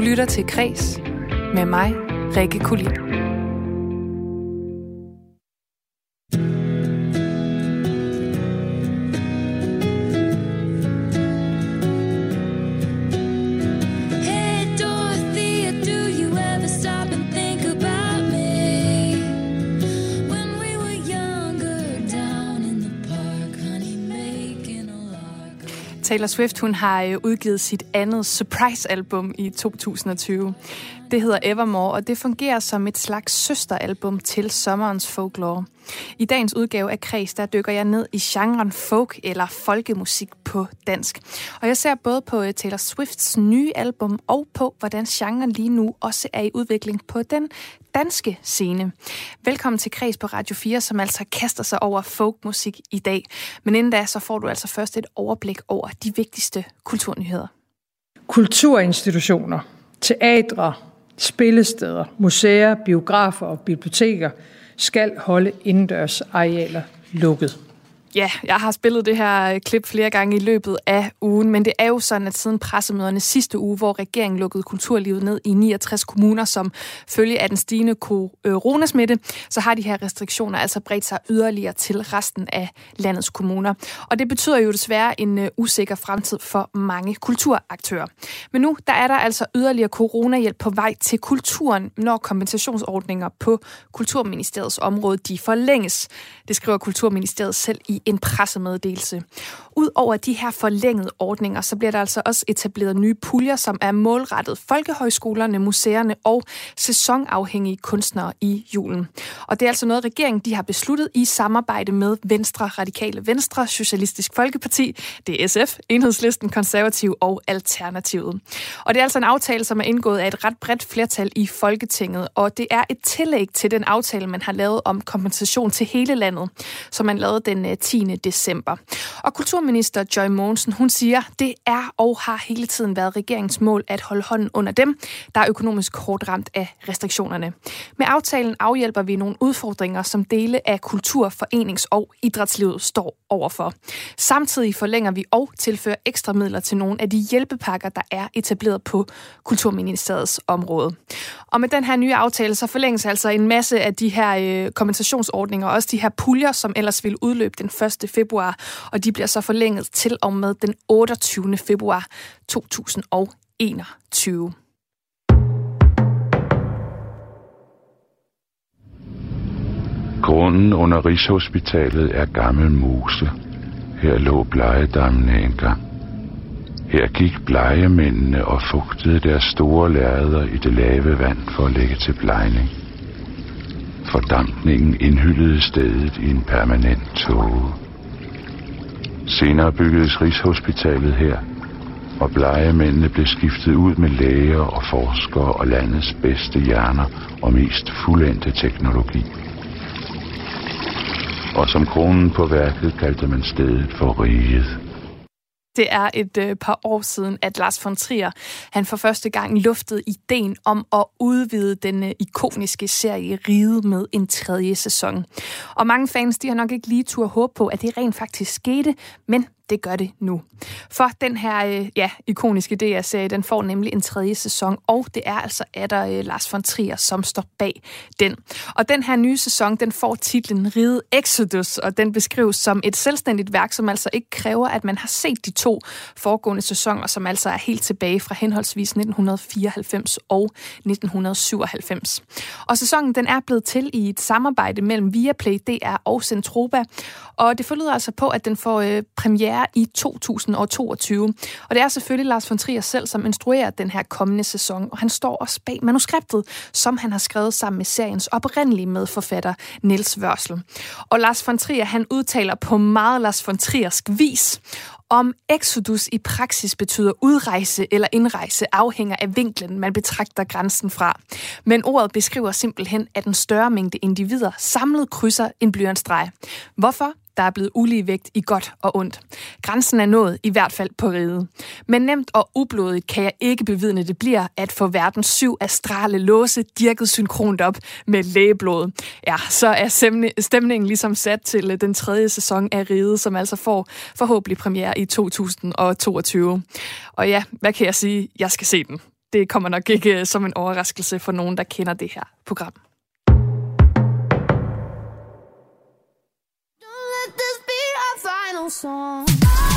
lytter til Kres med mig, Rikke Kulin. Taylor Swift, hun har udgivet sit andet surprise-album i 2020. Det hedder Evermore, og det fungerer som et slags søsteralbum til sommerens folklore. I dagens udgave af Kres, der dykker jeg ned i genren folk eller folkemusik på dansk. Og jeg ser både på Taylor Swifts nye album og på, hvordan genren lige nu også er i udvikling på den danske scene. Velkommen til Kres på Radio 4, som altså kaster sig over folkmusik i dag. Men inden da, så får du altså først et overblik over de vigtigste kulturnyheder. Kulturinstitutioner, teatre, spillesteder, museer, biografer og biblioteker skal holde indendørs arealer lukket. Ja, jeg har spillet det her klip flere gange i løbet af ugen, men det er jo sådan, at siden pressemøderne sidste uge, hvor regeringen lukkede kulturlivet ned i 69 kommuner som følge af den stigende coronasmitte, så har de her restriktioner altså bredt sig yderligere til resten af landets kommuner. Og det betyder jo desværre en usikker fremtid for mange kulturaktører. Men nu der er der altså yderligere coronahjælp på vej til kulturen, når kompensationsordninger på Kulturministeriets område de forlænges. Det skriver Kulturministeriet selv i en pressemeddelelse. Udover de her forlængede ordninger, så bliver der altså også etableret nye puljer, som er målrettet folkehøjskolerne, museerne og sæsonafhængige kunstnere i julen. Og det er altså noget, regeringen de har besluttet i samarbejde med Venstre, Radikale Venstre, Socialistisk Folkeparti, det er SF, Enhedslisten, Konservativ og Alternativet. Og det er altså en aftale, som er indgået af et ret bredt flertal i Folketinget, og det er et tillæg til den aftale, man har lavet om kompensation til hele landet, som man lavede den 10. december. Og kulturminister Joy Mogensen, hun siger, det er og har hele tiden været regeringens mål at holde hånden under dem, der er økonomisk hårdt ramt af restriktionerne. Med aftalen afhjælper vi nogle udfordringer, som dele af kultur-, forenings- og idrætslivet står overfor. Samtidig forlænger vi og tilfører ekstra midler til nogle af de hjælpepakker, der er etableret på Kulturministeriets område. Og med den her nye aftale, så forlænges altså en masse af de her kompensationsordninger, også de her puljer, som ellers vil udløbe den 1. februar, og de bliver så forlænget til og med den 28. februar 2021. Grunden under Rigshospitalet er gammel mose. Her lå blejedammene engang. Her gik blegemændene og fugtede deres store lærreder i det lave vand for at lægge til blegning. Fordampningen indhyllede stedet i en permanent tåge. Senere byggedes Rigshospitalet her, og blegemændene blev skiftet ud med læger og forskere og landets bedste hjerner og mest fuldendte teknologi. Og som kronen på værket kaldte man stedet for Riget. Det er et par år siden, at Lars von Trier, han for første gang luftede ideen om at udvide den ikoniske serie Riget med en 3. sæson. Og mange fans, de har nok ikke lige tur håbe på, at det rent faktisk skete, men det gør det nu. For den her ikoniske DR-serie, den får nemlig en 3. sæson, og det er altså Lars von Trier, som står bag den. Og den her nye sæson, den får titlen Riget Exodus, og den beskrives som et selvstændigt værk, som altså ikke kræver, at man har set de 2 foregående sæsoner, som altså er helt tilbage fra henholdsvis 1994 og 1997. Og sæsonen, den er blevet til i et samarbejde mellem Viaplay, DR og Zentropa, og det forlyder altså på, at den får premiere i 2022. Og det er selvfølgelig Lars von Trier selv, som instruerer den her kommende sæson, og han står også bag manuskriptet, som han har skrevet sammen med seriens oprindelige medforfatter, Niels Wørsel. Og Lars von Trier, han udtaler på meget Lars von Triersk vis, om exodus i praksis betyder udrejse eller indrejse, afhænger af vinklen, man betragter grænsen fra. Men ordet beskriver simpelthen, at en større mængde individer samlet krydser en blyantstreg. Hvorfor? Der er blevet ulige vægt i godt og ondt. Grænsen er nået, i hvert fald på riget. Men nemt og ublodigt kan jeg ikke bevidne, det bliver at få verdens 7 astrale låse dirket synkront op med lægeblod. Ja, så er stemningen ligesom sat til den 3. sæson af Riget, som altså får forhåbentlig premiere i 2022. Og ja, hvad kan jeg sige? Jeg skal se den. det kommer nok ikke som en overraskelse for nogen, der kender det her program. Don't let this be our final song.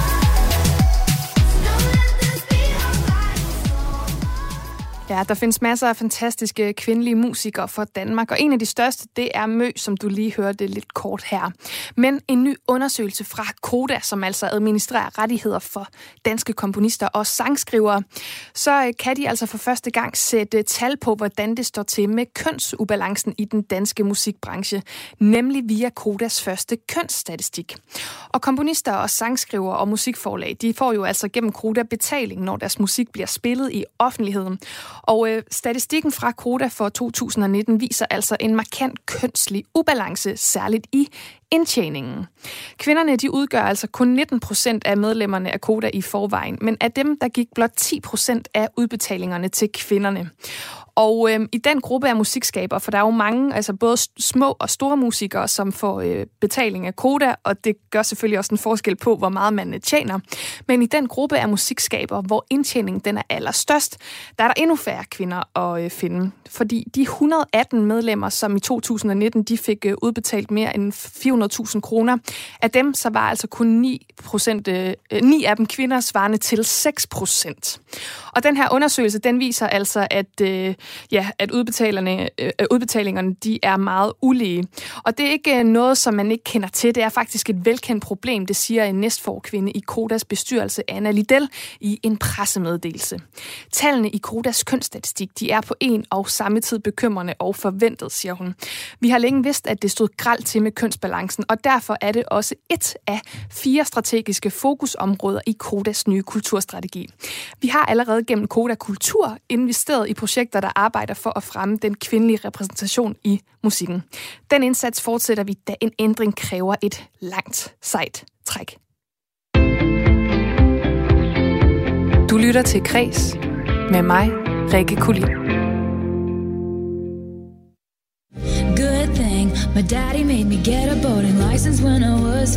Ja, der findes masser af fantastiske kvindelige musikere for Danmark, og en af de største, det er Mø, som du lige hørte lidt kort her. Men en ny undersøgelse fra Koda, som altså administrerer rettigheder for danske komponister og sangskrivere, så kan de altså for første gang sætte tal på, hvordan det står til med kønsubalancen i den danske musikbranche, nemlig via Kodas første kønsstatistik. Og komponister og sangskrivere og musikforlag, de får jo altså gennem Koda betaling, når deres musik bliver spillet i offentligheden. Og statistikken fra Koda for 2019 viser altså en markant kønslig ubalance, særligt i indtjeningen. Kvinderne, de udgør altså kun 19% af medlemmerne af Koda i forvejen, men af dem, der gik blot 10% af udbetalingerne til kvinderne. Og i den gruppe af musikskabere, for der er jo mange, altså både små og store musikere, som får betaling af Koda, og det gør selvfølgelig også en forskel på, hvor meget man tjener. Men i den gruppe af musikskabere, hvor indtjeningen den er allerstørst, der er der endnu færre kvinder at finde. Fordi de 118 medlemmer, som i 2019 de fik udbetalt mere end 400.000 kroner, af dem så var altså kun 9 af dem kvinder, svarende til 6%. Og den her undersøgelse, den viser altså, at udbetalingerne de er meget ulige. Og det er ikke noget, som man ikke kender til. Det er faktisk et velkendt problem, det siger en næstforkvinde i Kodas bestyrelse, Anna Liddell, i en pressemeddelelse. Tallene i Kodas kønsstatistik, de er på en og samme tid bekymrende og forventet, siger hun. Vi har længe vidst, at det stod grelt til med kønsbalancen, og derfor er det også et af 4 strategiske fokusområder i Kodas nye kulturstrategi. Vi har allerede gennem Koda Kultur investeret i projekter, der arbejder for at fremme den kvindelige repræsentation i musikken. Den indsats fortsætter vi, da en ændring kræver et langt, sejt træk. Du lytter til Kreds med mig, Rikke Kulin. Good thing my daddy made me get a boating license when I was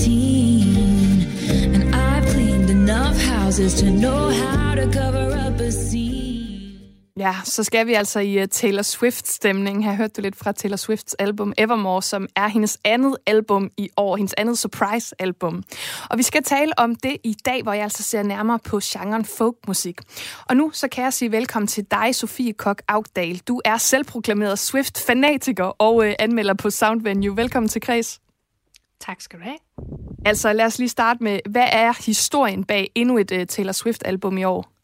15. And I've cleaned enough houses to know how to cover up a scene. Ja, så skal vi altså i Taylor Swift-stemning. Her hørte du lidt fra Taylor Swifts album Evermore, som er hendes andet album i år, hendes andet surprise-album. Og vi skal tale om det i dag, hvor jeg altså ser nærmere på genren folkmusik. Og nu så kan jeg sige velkommen til dig, Sofie Koch-Augdal. Du er selvproklameret Swift-fanatiker og anmelder på Soundvenue. Velkommen til Kreds. Tak skal du have. Altså lad os lige starte med, hvad er historien bag endnu et Taylor Swift-album i år?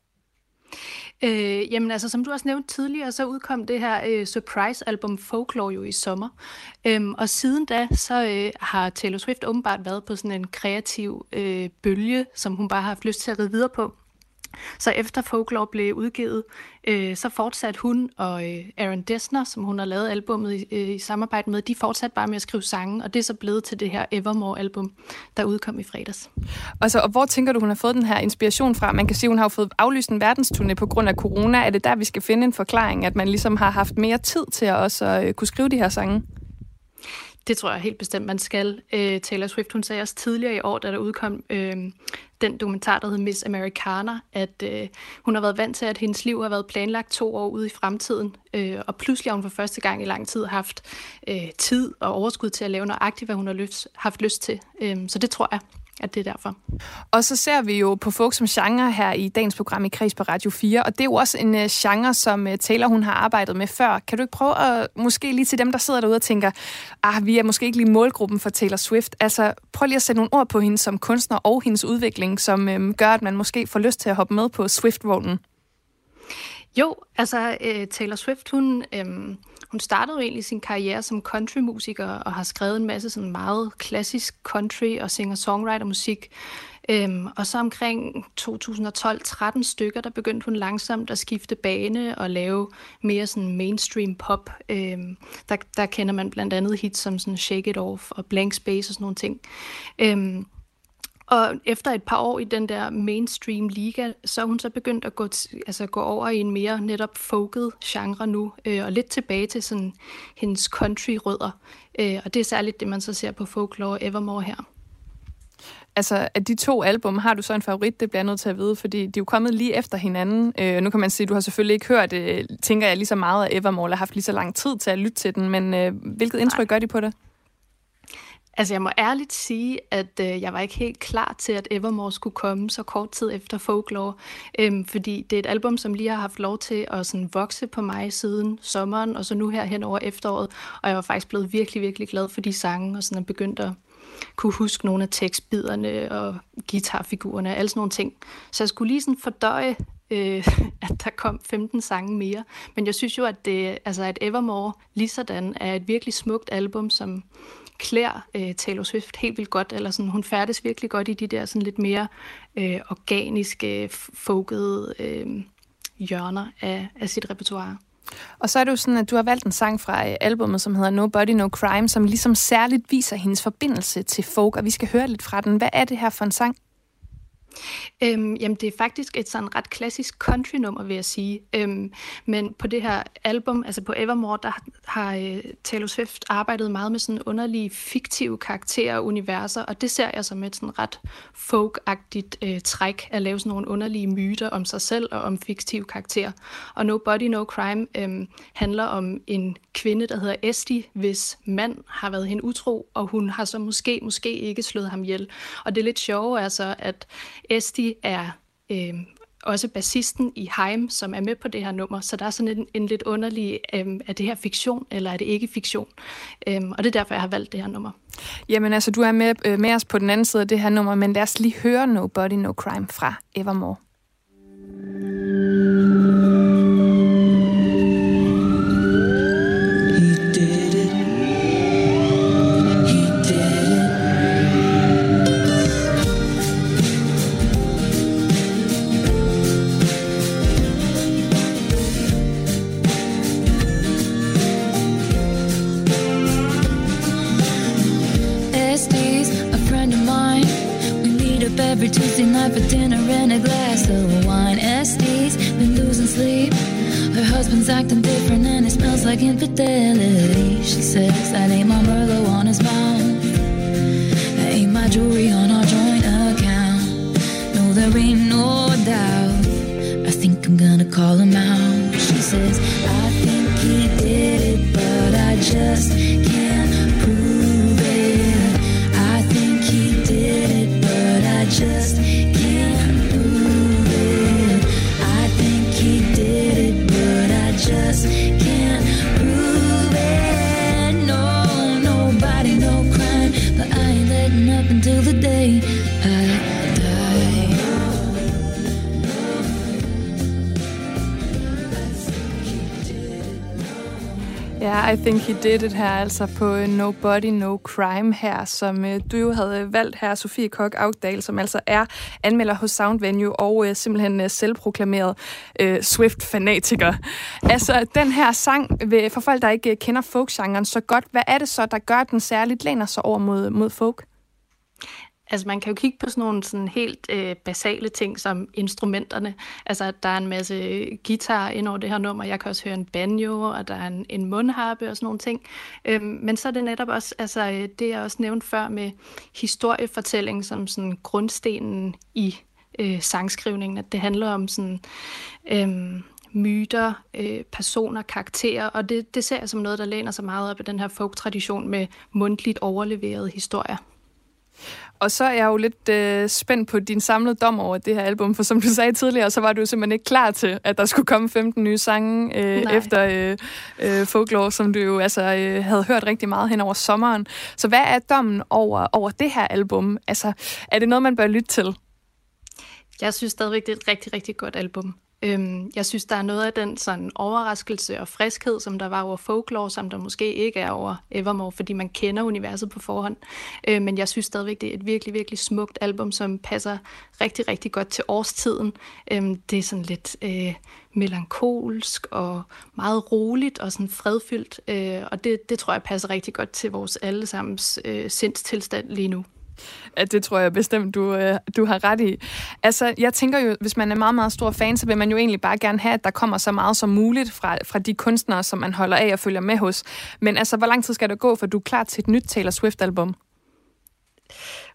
Jamen altså, som du også nævnte tidligere, så udkom det her surprise-album Folklore jo i sommer. Og siden da, så har Taylor Swift åbenbart været på sådan en kreativ bølge, som hun bare har haft lyst til at ride videre på. Så efter Folklore blev udgivet, så fortsatte hun og Aaron Dessner, som hun har lavet albummet i samarbejde med, de fortsatte bare med at skrive sange, og det er så blevet til det her Evermore-album, der udkom i fredags. Og hvor tænker du, hun har fået den her inspiration fra? Man kan sige, hun har jo fået aflyst en verdensturné på grund af corona. Er det der, vi skal finde en forklaring, at man ligesom har haft mere tid til at også kunne skrive de her sange? Det tror jeg helt bestemt, man skal. Taylor Swift, hun sagde også tidligere i år, da der udkom den dokumentar, der hed Miss Americana, at hun har været vant til, at hendes liv har været planlagt 2 år ude i fremtiden, og pludselig har hun for første gang i lang tid haft tid og overskud til at lave nøjagtigt, hvad hun har haft lyst til. Så det tror jeg, at det er derfor. Og så ser vi jo på folk som genre her i dagens program i Kreds på Radio 4, og det er jo også en genre, som Taylor hun har arbejdet med før. Kan du ikke prøve at måske lige til dem, der sidder derude og tænker, vi er måske ikke lige målgruppen for Taylor Swift. Altså prøv lige at sætte nogle ord på hende som kunstner og hendes udvikling, som gør, at man måske får lyst til at hoppe med på Swift-vognen. Jo, altså Taylor Swift, hun startede jo egentlig sin karriere som countrymusiker og har skrevet en masse sådan meget klassisk country og singer-songwriter-musik. Og så omkring 2012-13 stykker, der begyndte hun langsomt at skifte bane og lave mere sådan mainstream pop. Der kender man blandt andet hits som sådan Shake It Off og Blank Space og sådan nogle ting. Og efter et par år i den der mainstream liga, så er hun så begyndt at gå over i en mere netop folket genre nu, og lidt tilbage til sådan hendes country-rødder. Og det er særligt det, man så ser på Folklore Evermore her. Altså, af de 2 album, har du så en favorit, det bliver jeg nødt til at vide, fordi de er jo kommet lige efter hinanden. Nu kan man sige, at du har selvfølgelig ikke hørt, tænker jeg, lige så meget af Evermore, eller haft lige så lang tid til at lytte til den, men hvilket indtryk gør de på dig? Altså, jeg må ærligt sige, at jeg var ikke helt klar til, at Evermore skulle komme så kort tid efter Folklore, fordi det er et album, som lige har haft lov til at sådan vokse på mig siden sommeren, og så nu her hen over efteråret, og jeg var faktisk blevet virkelig, virkelig glad for de sange, og sådan begyndt at kunne huske nogle af tekstbiderne og guitarfigurerne og alle sådan nogle ting. Så jeg skulle lige sådan fordøje, at der kom 15 sange mere. Men jeg synes jo, at at Evermore ligesådan er et virkelig smukt album, som klæder Taylor Swift helt vildt godt, eller sådan, hun færdes virkelig godt i de der sådan lidt mere organiske, folkede hjørner af sit repertoire. Og så er det jo sådan, at du har valgt en sang fra albumet, som hedder Nobody No Crime, som ligesom særligt viser hendes forbindelse til folk, og vi skal høre lidt fra den. Hvad er det her for en sang? Jamen, det er faktisk et sådan ret klassisk country-nummer, vil jeg sige. Men på det her album, altså på Evermore, der har Taylor Swift arbejdet meget med sådan underlige fiktive karakterer og universer, og det ser jeg som et sådan ret folk-agtigt træk at lave sådan nogle underlige myter om sig selv og om fiktive karakterer. Og Nobody No Crime handler om en kvinde, der hedder Esty, hvis mand har været hende utro, og hun har så måske ikke slået ham ihjel. Og det er lidt sjove altså, at Esty er også bassisten i Haim, som er med på det her nummer, så der er sådan en lidt underlig, er det her fiktion, eller er det ikke fiktion? Og det er derfor, jeg har valgt det her nummer. Jamen altså, du er med os på den anden side af det her nummer, men lad os lige høre Nobody No Crime fra Evermore. Every Tuesday night for dinner and a glass of wine. Esté's been losing sleep. Her husband's acting different and it smells like infidelity. She says that ain't my Merlot on his mouth. That ain't my jewelry on our joint account. No, there ain't no doubt. I think I'm gonna call him out. She says, I think he did it, but I just can't prove it. I think he did it, but I just can't prove it. I think he did it, but I just can't prove it. No, nobody, no crime, but I ain't letting up until the day I die. Ja, I think he did it her, altså på Nobody No Crime her, som du jo havde valgt her, Sofie Koch Augdal, som altså er anmelder hos Sound Venue og simpelthen selvproklameret Swift-fanatiker. Altså, den her sang, for folk, der ikke kender folkgenren så godt, hvad er det så, der gør den særligt, læner sig over mod folk? Altså, man kan jo kigge på sådan nogle sådan helt basale ting som instrumenterne. Altså, at der er en masse guitar ind over det her nummer. Jeg kan også høre en banjo, og der er en mundharpe og sådan nogle ting. Men så er det netop også, altså det jeg også nævnte før med historiefortælling som sådan grundstenen i sangskrivningen. At det handler om sådan myter, personer, karakterer, og det ser jeg som noget, der læner sig meget op af den her folk-tradition med mundtligt overleverede historier. Og så er jeg jo lidt spændt på din samlede dom over det her album, for som du sagde tidligere, så var du simpelthen ikke klar til, at der skulle komme 15 nye sange efter Folklore, som du jo altså havde hørt rigtig meget hen over sommeren. Så hvad er dommen over det her album? Altså, er det noget, man bør lytte til? Jeg synes stadigvæk, det er et rigtig, rigtig godt album. Jeg synes, der er noget af den sådan overraskelse og friskhed, som der var over Folklore, som der måske ikke er over Evermore, fordi man kender universet på forhånd. Men jeg synes stadigvæk, det er et virkelig, virkelig smukt album, som passer rigtig, rigtig godt til årstiden. Det er sådan lidt melankolsk og meget roligt og sådan fredfyldt, og det tror jeg passer rigtig godt til vores allesammens sindstilstand lige nu. Ja, det tror jeg bestemt, du har ret i. Altså, jeg tænker jo, hvis man er meget, meget stor fan, så vil man jo egentlig bare gerne have, at der kommer så meget som muligt fra de kunstnere, som man holder af og følger med hos. Men altså, hvor lang tid skal der gå, for du er klar til et nyt Taylor Swift-album?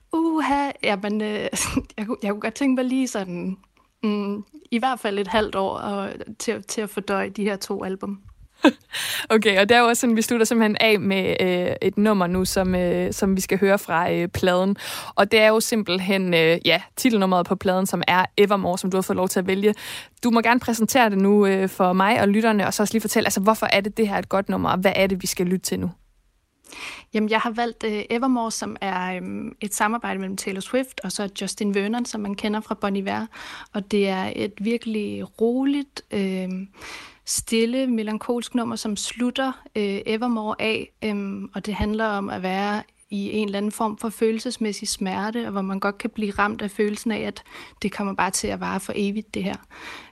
Jamen, jeg kunne godt tænke mig lige sådan, i hvert fald et halvt år til at fordøje de her 2 album. Okay, og der er jo også sådan, vi slutter simpelthen af med et nummer nu, som vi skal høre fra pladen. Og det er jo simpelthen, titelnummeret på pladen, som er Evermore, som du har fået lov til at vælge. Du må gerne præsentere det nu for mig og lytterne, og så også lige fortælle, altså hvorfor er det her et godt nummer, og hvad er det, vi skal lytte til nu? Jamen, jeg har valgt Evermore, som er et samarbejde mellem Taylor Swift og så Justin Vernon, som man kender fra Bon Iver. Og det er et virkelig roligt, stille, melankolsk nummer, som slutter Evermore af. Og det handler om at være i en eller anden form for følelsesmæssig smerte, og hvor man godt kan blive ramt af følelsen af, at det kommer bare til at vare for evigt, det her.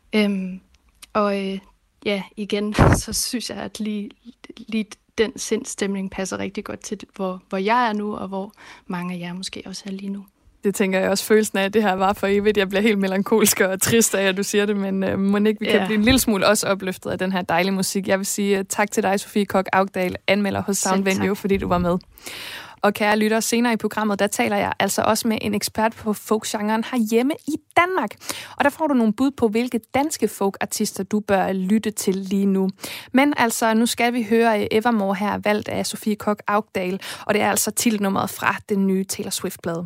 Igen, så synes jeg, at lige den sindsstemning passer rigtig godt til, hvor jeg er nu, og hvor mange af jer måske også er lige nu. Det tænker jeg også, følelsen af, at det her var for evigt. Jeg bliver helt melankolsk og trist af, at du siger det, men må ikke vi kan blive en lille smule også opløftet af den her dejlige musik. Jeg vil sige tak til dig, Sofie Koch-Augdal, anmelder hos Sound Venue, fordi du var med. Og kære lyttere, senere i programmet, der taler jeg altså også med en ekspert på folkgenren herhjemme i Danmark. Og der får du nogle bud på, hvilke danske folkartister du bør lytte til lige nu. Men altså, nu skal vi høre Evermore her, valgt af Sofie Koch-Augdal, og det er altså titelnummeret fra den nye Taylor Swift-plade.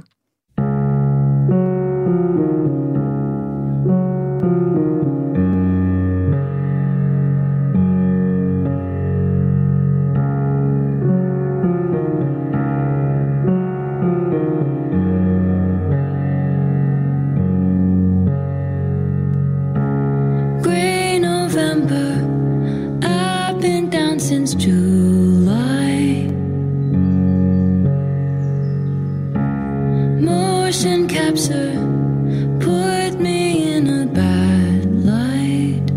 Since July, motion capture put me in a bad light.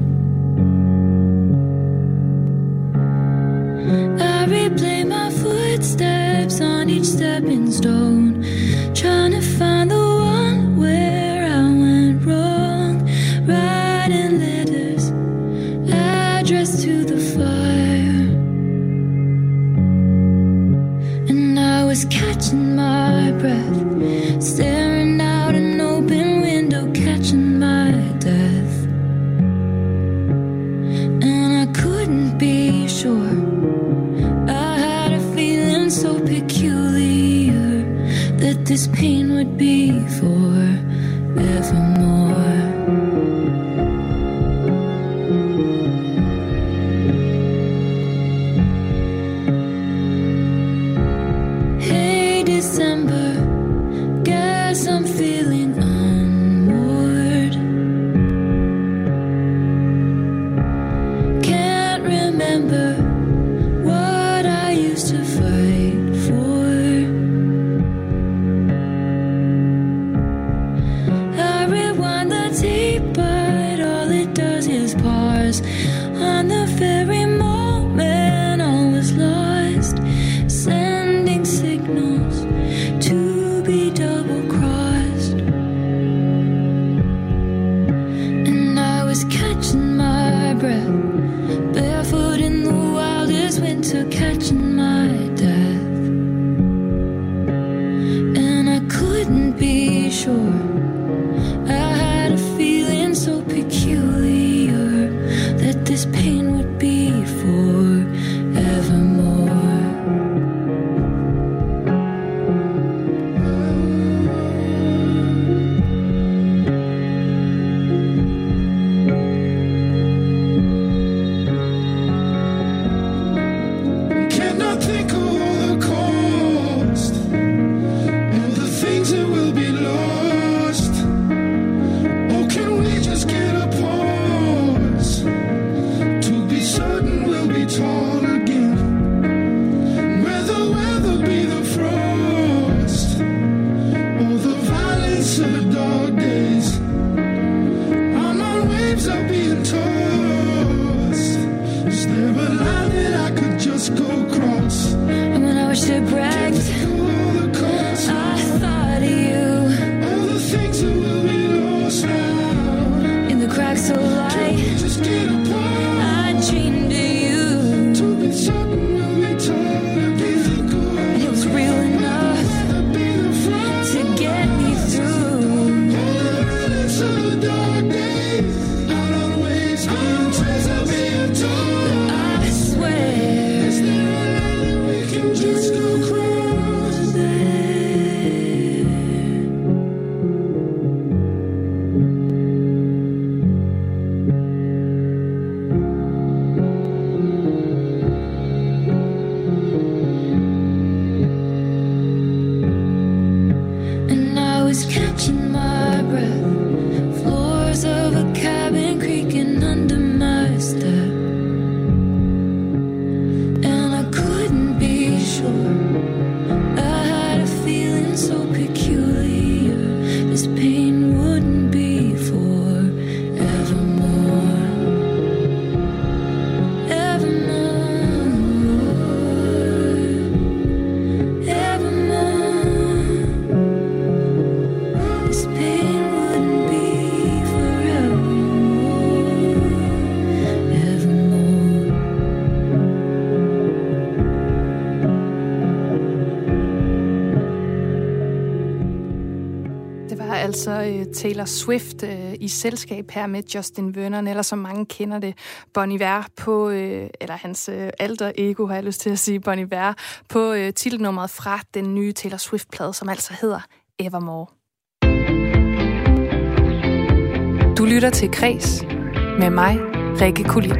I replay my footsteps on each stepping stone, trying to find the one where I went wrong, writing letters addressed to the fire. Was catching my breath, staring out an open window, catching my death. And I couldn't be sure, I had a feeling so peculiar that this pain would be forevermore. To Taylor Swift i selskab her med Justin Vernon, eller som mange kender det, Bon Iver på, eller hans alter ego, har jeg lyst til at sige, Bon Iver, på titelnummeret fra den nye Taylor Swift-plade, som altså hedder Evermore. Du lytter til Kres med mig, Rikke Kulin.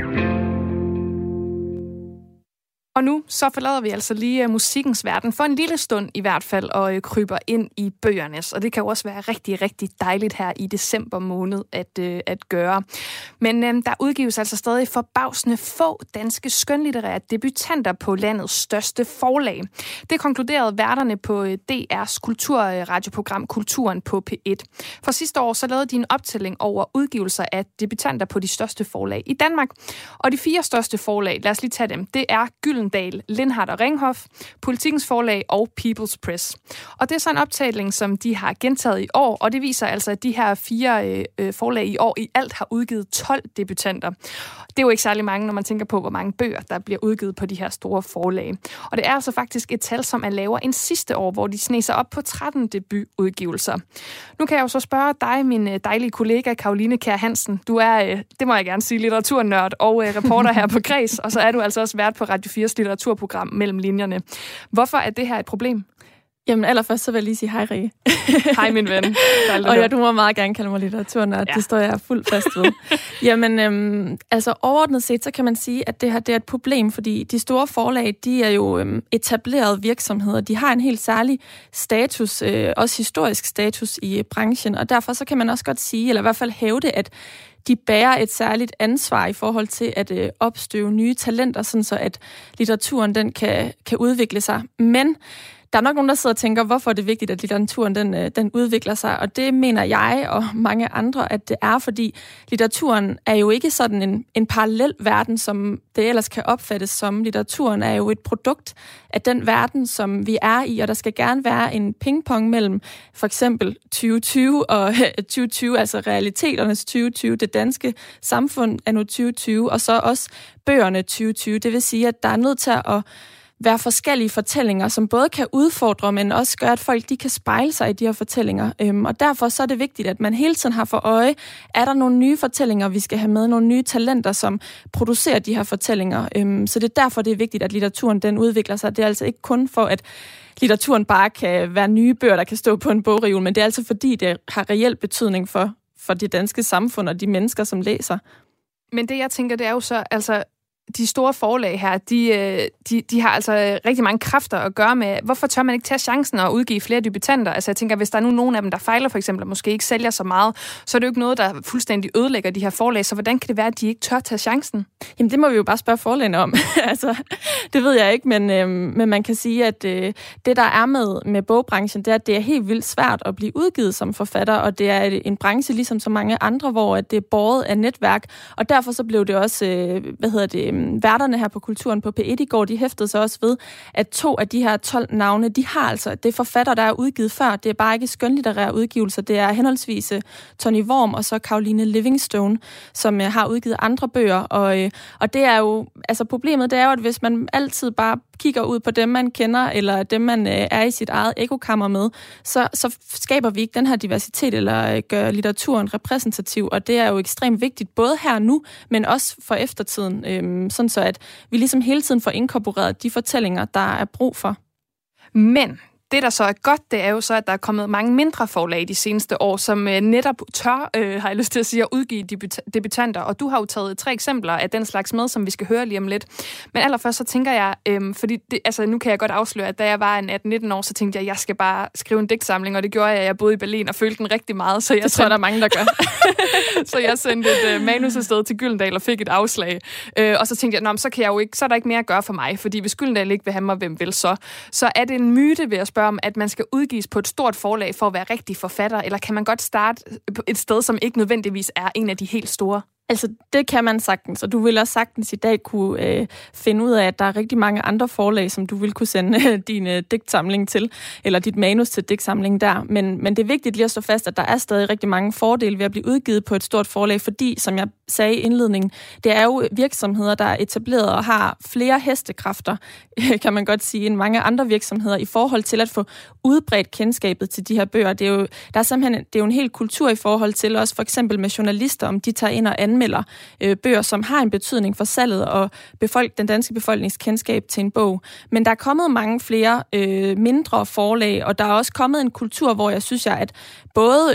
Og nu så forlader vi altså lige musikkens verden for en lille stund i hvert fald og kryber ind i bøgernes. Og det kan jo også være rigtig, rigtig dejligt her i december måned at gøre. Men der udgives altså stadig forbavsende få danske skønlitterære debutanter på landets største forlag. Det konkluderede værterne på DR's kulturradioprogram Kulturen på P1. For sidste år så lavede de en optælling over udgivelser af debutanter på de største forlag i Danmark. Og de 4 største forlag, lad os lige tage dem, det er Gyldendal, Lindhardt og Ringhof, Politikens Forlag og People's Press. Og det er så en optælling, som de har gentaget i år, og det viser altså, at de her 4 forlag i år i alt har udgivet 12 debutanter. Det er jo ikke særlig mange, når man tænker på, hvor mange bøger, der bliver udgivet på de her store forlag. Og det er altså faktisk et tal, som er lavere end sidste år, hvor de sneg sig op på 13 debutudgivelser. Nu kan jeg jo så spørge dig, min dejlige kollega Caroline Kjær Hansen. Du er, det må jeg gerne sige, litteraturnørd og reporter her på Kres, og så er du altså også vært på Radio 4's litteraturprogram Mellem Linjerne. Hvorfor er det her et problem? Jamen allerførst så vil jeg lige sige hej, Rikke. Hej, min ven. Og ja, du må meget gerne kalde mig litteraturnørd. Ja. Det står jeg fuldt fast ved. Jamen, altså overordnet set, så kan man sige, at det her det er et problem, fordi de store forlag, de er jo etablerede virksomheder. De har en helt særlig status, også historisk status i branchen, og derfor så kan man også godt sige, eller i hvert fald hævde, at de bærer et særligt ansvar i forhold til at opstøve nye talenter, sådan så at litteraturen den kan udvikle sig. Men der er nok nogen, der sidder og tænker, hvorfor er det vigtigt, at litteraturen den udvikler sig, og det mener jeg og mange andre, at det er, fordi litteraturen er jo ikke sådan en parallel verden, som det ellers kan opfattes som. Litteraturen er jo et produkt af den verden, som vi er i, og der skal gerne være en pingpong mellem for eksempel 2020 og 2020, altså realiteternes 2020, det danske samfund anno 2020, og så også bøgerne 2020. Det vil sige, at der er nødt til at være forskellige fortællinger, som både kan udfordre, men også gøre, at folk de kan spejle sig i de her fortællinger. Og derfor så er det vigtigt, at man hele tiden har for øje, er der nogle nye fortællinger, vi skal have med, nogle nye talenter, som producerer de her fortællinger. Så det er derfor, det er vigtigt, at litteraturen den udvikler sig. Det er altså ikke kun for, at litteraturen bare kan være nye bøger, der kan stå på en bogreol, men det er altså fordi, det har reel betydning for det danske samfund og de mennesker, som læser. Men det, jeg tænker, det er jo så, altså de store forlag her, de har altså rigtig mange kræfter at gøre med. Hvorfor tør man ikke tage chancen og udgive flere debutanter? Altså jeg tænker, hvis der er nogen af dem, der fejler for eksempel, og måske ikke sælger så meget, så er det jo ikke noget, der fuldstændig ødelægger de her forlag. Så hvordan kan det være, at de ikke tør tage chancen? Jamen det må vi jo bare spørge forlagene om. Altså, det ved jeg ikke, men man kan sige, at det der er med bogbranchen, det er, at det er helt vildt svært at blive udgivet som forfatter, og det er en branche ligesom så mange andre, hvor det er båret af netværk, og derfor så blev det også, værterne her på Kulturen på P1 i går, de hæftede sig også ved, at 2 af de her 12 navne, de har altså, det er forfatter, der er udgivet før, det er bare ikke skønlitterære udgivelser, det er henholdsvis Tony Worm og så Caroline Livingstone, som har udgivet andre bøger, og det er jo, altså problemet det er jo, at hvis man altid bare kigger ud på dem, man kender, eller dem, man er i sit eget ekokammer med, så skaber vi ikke den her diversitet, eller gør litteraturen repræsentativ, og det er jo ekstremt vigtigt, både her nu, men også for eftertiden, sådan så at vi ligesom hele tiden får inkorporeret de fortællinger, der er brug for. Men det, der så er godt, det er jo så, at der er kommet mange mindre forlag de seneste år, som netop tør, har jeg lyst til at sige, at udgive debutanter. Og du har jo taget 3 eksempler af den slags med, som vi skal høre lige om lidt. Men allerførst så tænker jeg, fordi nu kan jeg godt afsløre, at da jeg var 18-19 år, så tænkte jeg, at jeg skal bare skrive en digtsamling, og det gjorde jeg boede i Berlin og følte den rigtig meget. Så det tror jeg, der er mange, der gør. Så jeg sendte et manus afsted til Gyldendal og fik et afslag. Og så tænkte jeg, så kan jeg jo ikke, så er der ikke mere at gøre for mig, fordi hvis Gyldendal ikke vil have mig, hvem vil så? Så er det en myte ved at spørge om, at man skal udgives på et stort forlag for at være rigtig forfatter, eller kan man godt starte et sted, som ikke nødvendigvis er en af de helt store? Altså, det kan man sagtens, og du vil også sagtens i dag kunne finde ud af, at der er rigtig mange andre forlag, som du vil kunne sende din digtsamling til, eller dit manus til digtsamlingen der. Men det er vigtigt lige at stå fast, at der er stadig rigtig mange fordele ved at blive udgivet på et stort forlag, fordi, som jeg sagde i indledningen, det er jo virksomheder, der er etableret og har flere hestekræfter, kan man godt sige, end mange andre virksomheder i forhold til at få udbredt kendskabet til de her bøger. Det er jo en hel kultur i forhold til også for eksempel med journalister, om de tager ind og anmelder bøger, som har en betydning for salget og den danske befolknings kendskab til en bog. Men der er kommet mange flere mindre forlag, og der er også kommet en kultur, hvor jeg synes, at både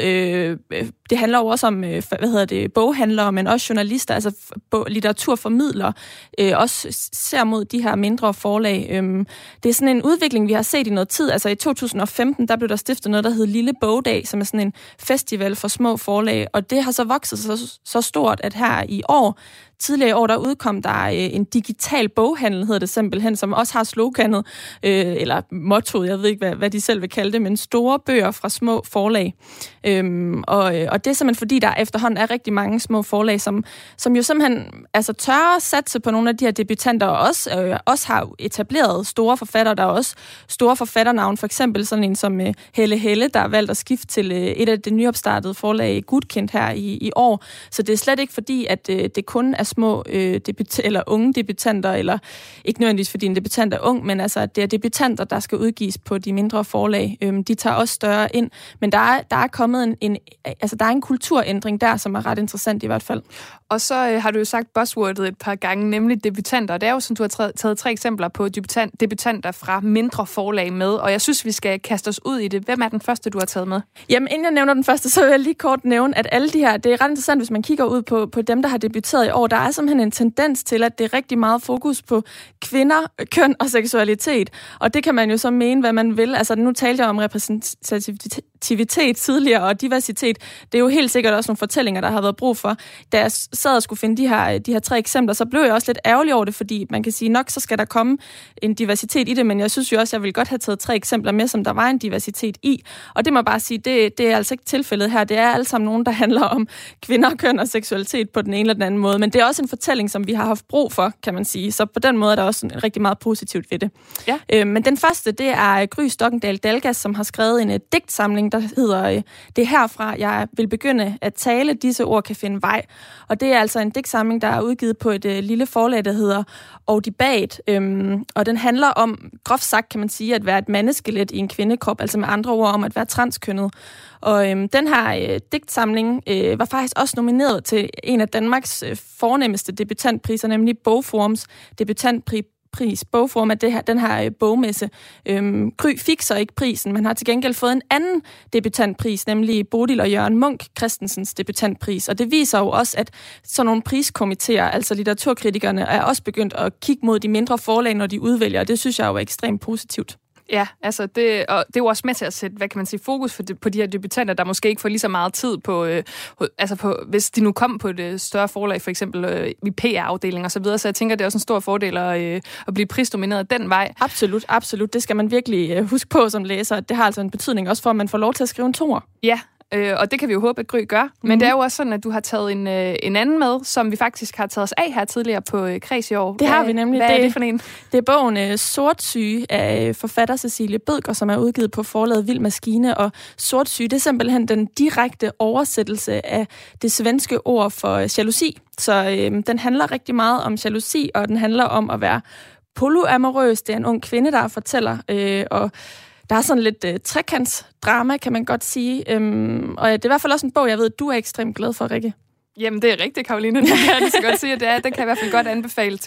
det handler jo også om boghandlere, men også journalister, altså litteraturformidlere, også ser mod de her mindre forlag. Det er sådan en udvikling, vi har set i noget tid. Altså i 2015, der blev der stiftet noget, der hed Lille Bogdag, som er sådan en festival for små forlag, og det har så vokset så stort, at her i år, tidligere i år, der udkom der en digital boghandel, hedder det simpelthen, som også har sloganet, eller mottoet, jeg ved ikke, hvad de selv vil kalde det, men store bøger fra små forlag. Og det er simpelthen fordi, der efterhånden er rigtig mange små forlag, som jo simpelthen altså tør satse på nogle af de her debutanter, og også har etableret store forfattere. Der er også store forfatternavn, for eksempel sådan en som Helle, der har valgt at skifte til et af det nyopstartede forlag Gudkind her i år. Så det er slet ikke fordi, at det kun er små eller unge debutanter, eller ikke nødvendigvis fordi en debutant er ung, men altså, at det er debutanter, der skal udgives på de mindre forlag. De tager også større ind, men der er kommet der er en kulturændring der, som er ret interessant i hvert fald. Og så har du jo sagt buzzwordet et par gange, nemlig debutanter. Det er jo sådan, du har taget 3 eksempler på debutanter fra mindre forlag med, og jeg synes, vi skal kaste os ud i det. Hvem er den første, du har taget med? Jamen, inden jeg nævner den første, så vil jeg lige kort nævne, at alle de her, det er ret interessant, hvis man kigger ud på dem, der har debuteret i år. Der er simpelthen en tendens til, at det er rigtig meget fokus på kvinder, køn og seksualitet. Og det kan man jo så mene, hvad man vil. Altså, nu talte jeg om repræsentativitet tidligere, og diversitet. Det er jo helt sikkert også nogle fortællinger, der har været brug for. Da jeg sad og skulle finde de her 3 eksempler, så blev jeg også lidt ærgerlig over det, fordi man kan sige, nok så skal der komme en diversitet i det, men jeg synes jo også, jeg ville godt have taget 3 eksempler med, som der var en diversitet i. Og det må jeg bare sige, det er altså ikke tilfældet her. Det er alle sammen nogen, der handler om kvinder, køn og seksualitet på den ene eller den anden måde. Men det er også en fortælling, som vi har haft brug for, kan man sige. Så på den måde er der også en rigtig meget positivt ved det. Ja. Men den første, det er Gry Stokkendal Dalgas, som har skrevet en digtsamling, der hedder Det er herfra, jeg vil begynde at tale, disse ord kan finde vej. Og det er altså en digtsamling, der er udgivet på et lille forlag, der hedder Audibat. Og den handler om, groft sagt kan man sige, at være et mandeskelet i en kvindekrop, altså med andre ord om at være transkønnet. Og den her digtsamling var faktisk også nomineret til en af Danmarks fornemmeste debutantpriser, nemlig Bogforums debutantpris. Bogforum af den her bogmesse. Gry fik så ikke prisen, men har til gengæld fået en anden debutantpris, nemlig Bodil og Jørgen Munk Christensens debutantpris. Og det viser jo også, at sådan nogle priskomiteer, altså litteraturkritikerne, er også begyndt at kigge mod de mindre forlag, når de udvælger, og det synes jeg jo er ekstremt positivt. Ja, altså det er jo også med til at sætte, hvad kan man sige, fokus på de her debutanter, der måske ikke får lige så meget tid på, hvis de nu kom på et større forlag, for eksempel i PR-afdelingen og så videre, så jeg tænker, det er også en stor fordel at blive prisdomineret den vej. Absolut. Det skal man virkelig huske på som læser. Det har altså en betydning også for, at man får lov til at skrive en toer. Ja. Og det kan vi jo håbe, at Gry gør. Men det er jo også sådan, at du har taget en anden med, som vi faktisk har taget os af her tidligere på Kreds i år. Det har vi nemlig. Hvad er det for en? Det er bogen Sortsyge af forfatter Cecilie Bødker, som er udgivet på forlaget Vild Maskine. Og sortsyge, det er simpelthen den direkte oversættelse af det svenske ord for jalousi. Så den handler rigtig meget om jalousi, og den handler om at være polyamorøs. Det er en ung kvinde, der fortæller, og der er sådan lidt trekantsdrama, kan man godt sige. Og det er i hvert fald også en bog, jeg ved, du er ekstremt glad for, Rikke. Jamen, det er rigtigt, Karoline. Det kan jeg så godt sige, at det er. Den kan jeg i hvert fald godt anbefale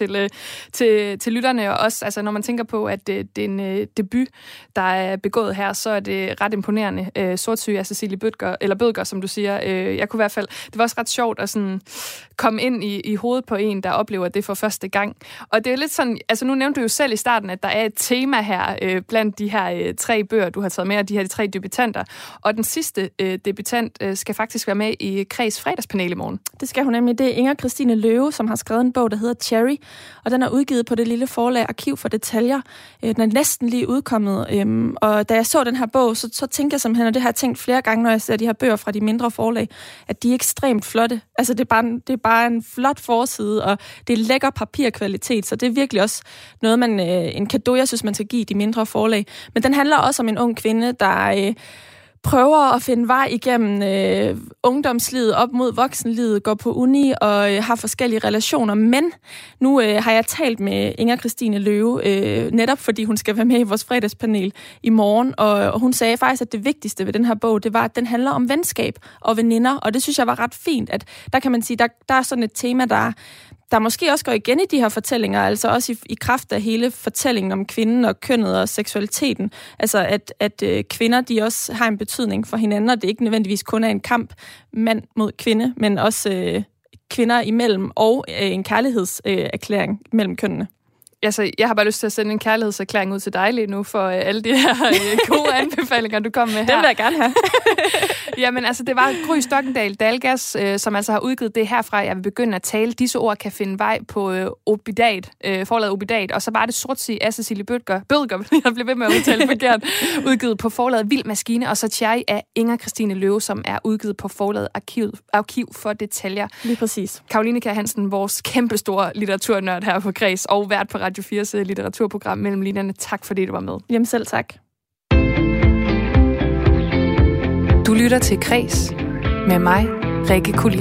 til lytterne. Og også, altså, når man tænker på, at det er en debut, der er begået her, så er det ret imponerende. Sortsyge af Cecilie Bødker, som du siger. Jeg kunne i hvert fald... Det var også ret sjovt at sådan komme ind i hovedet på en, der oplever det for første gang. Og det er lidt sådan... Altså, nu nævnte du jo selv i starten, at der er et tema her blandt de her 3 bøger, du har taget med, og de her 3 debutanter. Og den sidste debutant skal faktisk være med i Kreds fredagspanel i morgen. Det skal hun nemlig. Det er Inger Christine Løve, som har skrevet en bog, der hedder Cherry, og den er udgivet på det lille forlag Arkiv for Detaljer. Den er næsten lige udkommet, og da jeg så den her bog, så tænkte jeg simpelthen, og det har jeg tænkt flere gange, når jeg ser de her bøger fra de mindre forlag, at de er ekstremt flotte. Altså, det er bare en flot forside, og det er lækker papirkvalitet, så det er virkelig også noget, en cadeau, jeg synes, man skal give de mindre forlag. Men den handler også om en ung kvinde, der prøver at finde vej igennem ungdomslivet op mod voksenlivet, går på uni og har forskellige relationer. Men nu har jeg talt med Inger Christine Løve, netop fordi hun skal være med i vores fredagspanel i morgen. Og hun sagde faktisk, at det vigtigste ved den her bog, det var, at den handler om venskab og veninder. Og det synes jeg var ret fint, at der kan man sige, der er sådan et tema, der måske også går igen i de her fortællinger, altså også i kraft af hele fortællingen om kvinden og kønnet og seksualiteten. Altså at kvinder, de også har en betydning for hinanden, og det ikke nødvendigvis kun er en kamp mand mod kvinde, men også kvinder imellem, og en kærlighedserklæring mellem kønnene. Altså, jeg har bare lyst til at sende en kærlighedserklæring ud til dig lige nu, for alle de her gode anbefalinger, du kom med her. Den vil jeg gerne have. Jamen, altså, det var Gry Stokkendal Dalgas, som altså har udgivet det herfra. Jeg vil begynde at tale. Disse ord kan finde vej på Obidat, forlaget Obidat, og så var det Sortsi af Cecilie Bødker, jeg blev ved med at udtale forkert, udgivet på forlaget Vild Maskine, og så Cherry af Inger Christine Løve, som er udgivet på forlaget Arkiv for Detaljer. Lige præcis. Caroline Kjær Hansen, vores kæmpestore litteraturnørd her på Kreds, og vært på Radio 4's litteraturprogram Mellem Linjerne. Tak fordi du var med. Jamen selv tak. Du lytter til Kreds med mig, Rikke Kulin. I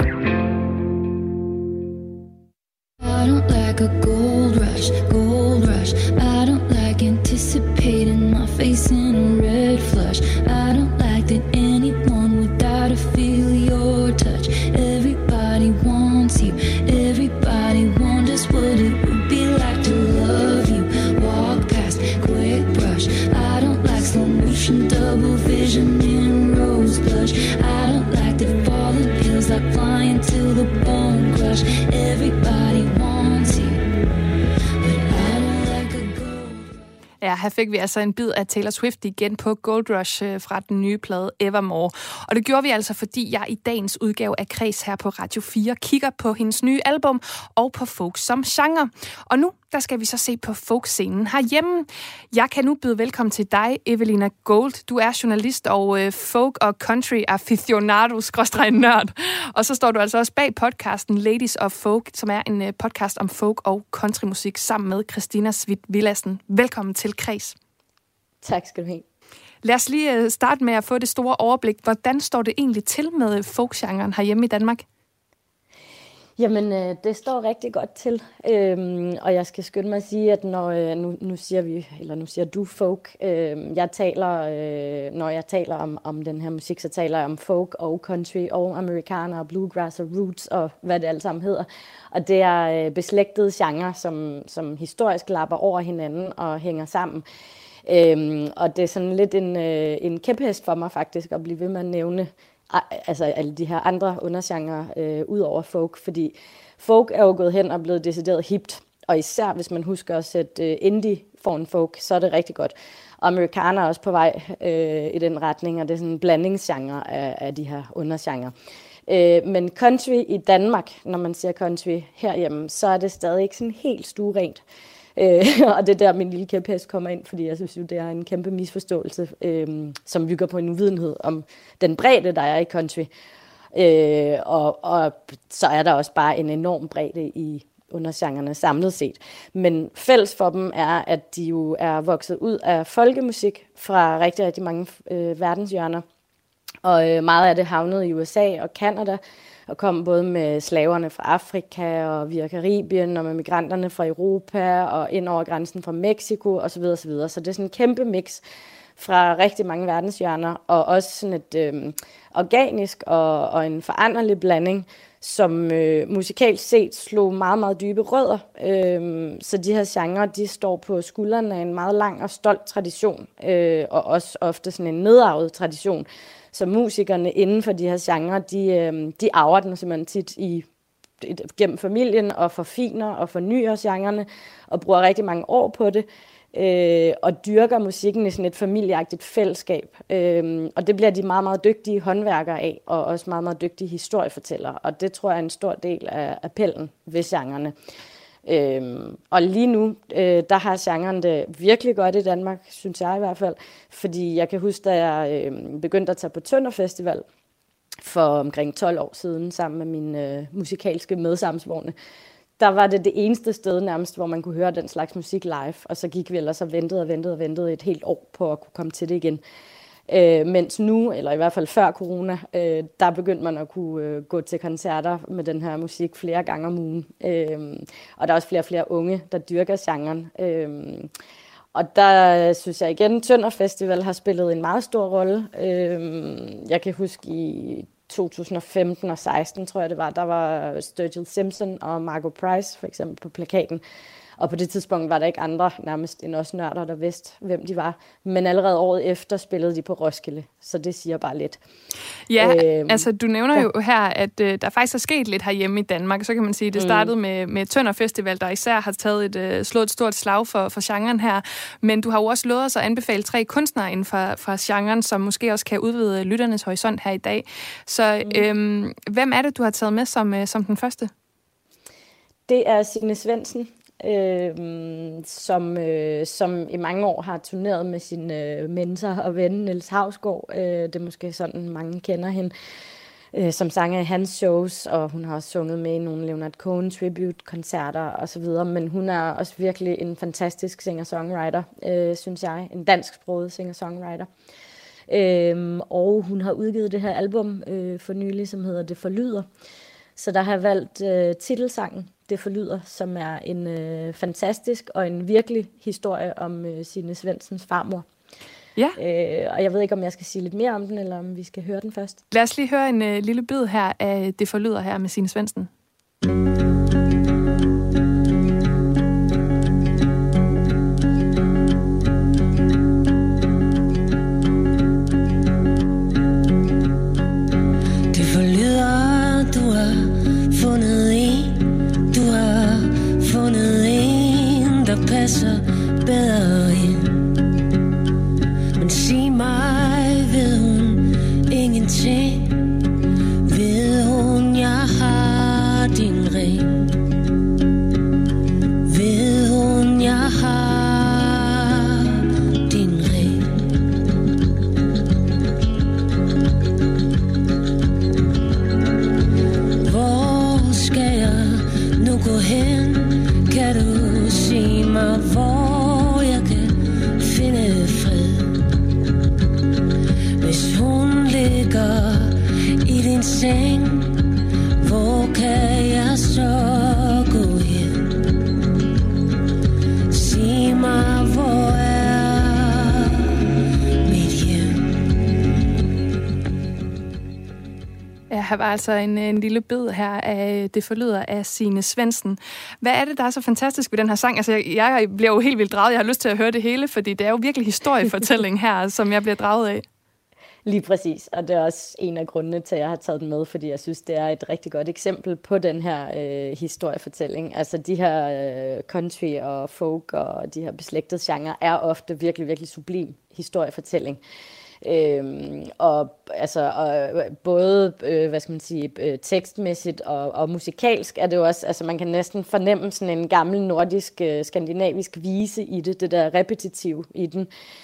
don't like a gold rush. I don't like anticipating my face in a red flush. I don't like that anyone without a feel your touch. Everybody wants you. Everybody wonders what it would be like to love you. Walk past, quick brush. I don't like slow motion, double vision in rose blush. I don't like the falling hills like flying till the bone crush. Everybody wants you, but I don't like a gold rush. Ja, her fik vi altså en bid af Taylor Swift igen på Gold Rush fra den nye plade Evermore. Og det gjorde vi altså, fordi jeg i dagens udgave af Kreds her på Radio 4 kigger på hendes nye album og på folk som genre. Og nu der skal vi så se på folkscenen herhjemme. Jeg kan nu byde velkommen til dig, Evelina Gold. Du er journalist og folk- og country aficionado-nørd. Og så står du altså også bag podcasten Ladies of Folk, som er en podcast om folk- og countrymusik sammen med Christina Svidt Villassen. Velkommen til Kreds. Tak skal du have. Lad os lige starte med at få det store overblik. Hvordan står det egentlig til med folkgenren herhjemme i Danmark? Jamen, det står rigtig godt til, og jeg skal skynde mig at sige, at nu siger du folk. Når jeg taler om den her musik, så taler jeg om folk og country og amerikaner og bluegrass og roots og hvad det alt sammen hedder. Og det er beslægtede genrer, som historisk lapper over hinanden og hænger sammen. Og det er sådan lidt en kæphest for mig faktisk at blive ved med at nævne altså alle de her andre undergenrer ud over folk, fordi folk er jo gået hen og blevet decideret hipt, og især hvis man husker at sætte indie foran folk, så er det rigtig godt. Og amerikaner er også på vej i den retning, og det er sådan en blandingsgenre af de her undergenrer. Men country i Danmark, når man siger country herhjemme, så er det stadig ikke sådan helt stuerent. Og det er der, min lille kæphest kommer ind, fordi jeg synes jo, det er en kæmpe misforståelse, som bygger på en uvidenhed om den bredde, der er i country. Og så er der også bare en enorm bredde i undergenrerne samlet set. Men fælles for dem er, at de jo er vokset ud af folkemusik fra rigtig, rigtig mange verdenshjørner. Og meget af det havnede i USA og Canada, og kom både med slaverne fra Afrika og via Karibien, og med migranterne fra Europa, og ind over grænsen fra Mexico osv. osv. Så det er sådan en kæmpe mix fra rigtig mange verdenshjørner, og også sådan et organisk og en foranderlig blanding, som musikalsk set slog meget, meget dybe rødder. Så de her genrer, de står på skuldrene af en meget lang og stolt tradition, og også ofte sådan en nedarvet tradition. Så musikerne inden for de her genrer, de arver den simpelthen tit gennem familien og forfiner og fornyer genrerne og bruger rigtig mange år på det. og dyrker musikken i sådan et familieagtigt fællesskab. Og det bliver de meget, meget dygtige håndværkere af, og også meget, meget dygtige historiefortællere. Og det tror jeg er en stor del af appellen ved genrerne. Og lige nu, der har genren det virkelig godt i Danmark, synes jeg i hvert fald. Fordi jeg kan huske, da jeg begyndte at tage på Tønder Festival for omkring 12 år siden, sammen med mine musikalske medsammensvorne, der var det eneste sted nærmest, hvor man kunne høre den slags musik live. Og så gik vi ellers og ventede et helt år på at kunne komme til det igen. Mens nu, eller i hvert fald før corona, der begyndte man at kunne gå til koncerter med den her musik flere gange om ugen. Og der er også flere og flere unge, der dyrker genren. Og der synes jeg igen, Tønder Festival har spillet en meget stor rolle. Jeg kan huske i 2015 og 16, tror jeg det var, der var Sturgill Simpson og Margot Price for eksempel på plakaten. Og på det tidspunkt var der ikke andre nærmest end os nørder, der vidste, hvem de var. Men allerede året efter spillede de på Roskilde, så det siger bare lidt. Ja, altså du nævner jo her, at der faktisk er sket lidt herhjemme i Danmark. Så kan man sige, at det startede med Tønder Festival, der især har slået et stort slag for genren her. Men du har jo også lovet os at anbefale 3 kunstnere inden fra genren, som måske også kan udvide lytternes horisont her i dag. Så hvem er det, du har taget med som den første? Det er Signe Svendsen. Som i mange år har turneret med sin mentor og ven Niels Hausgaard. Det er måske sådan, mange kender hende som sanger i hans shows, og hun har også sunget med i nogle Leonard Cohen tribute-koncerter osv., men hun er også virkelig en fantastisk singer-songwriter, synes jeg. En dansksproget singer-songwriter. Og hun har udgivet det her album for nylig, som hedder Det Forlyder. Så der har jeg valgt titelsangen Det Forlyder, som er en fantastisk og en virkelig historie om Signe Svendsens farmor. Ja. Og jeg ved ikke, om jeg skal sige lidt mere om den, eller om vi skal høre den først. Lad os lige høre en lille bid her af Det Forlyder her med Signe Svendsen. Passer bedre ind. Men sig mig, ved hun ingenting? Ved hun, jeg har din ring? Ved hun, jeg har din ring? Hvor skal jeg nu gå hen? Kan du sige mig, hvor jeg kan finde fred? Hvis hun ligger i din seng, hvor kan jeg så gå hen? Sig mig, hvor er mit hjem? Ja, her var altså en lille bid her af Det Forlyder af Signe Svendsen. Hvad er det, der er så fantastisk ved den her sang? Altså, jeg bliver jo helt vildt draget. Jeg har lyst til at høre det hele, fordi det er jo virkelig historiefortælling her, som jeg bliver draget af. Lige præcis, og det er også en af grundene til, at jeg har taget den med, fordi jeg synes, det er et rigtig godt eksempel på den her historiefortælling. Altså de her country og folk og de her beslægtede genre er ofte virkelig, virkelig sublim historiefortælling. Både hvad skal man sige, tekstmæssigt og musikalsk er det jo også, altså man kan næsten fornemme sådan en gammel nordisk, skandinavisk vise i det der repetitiv i den.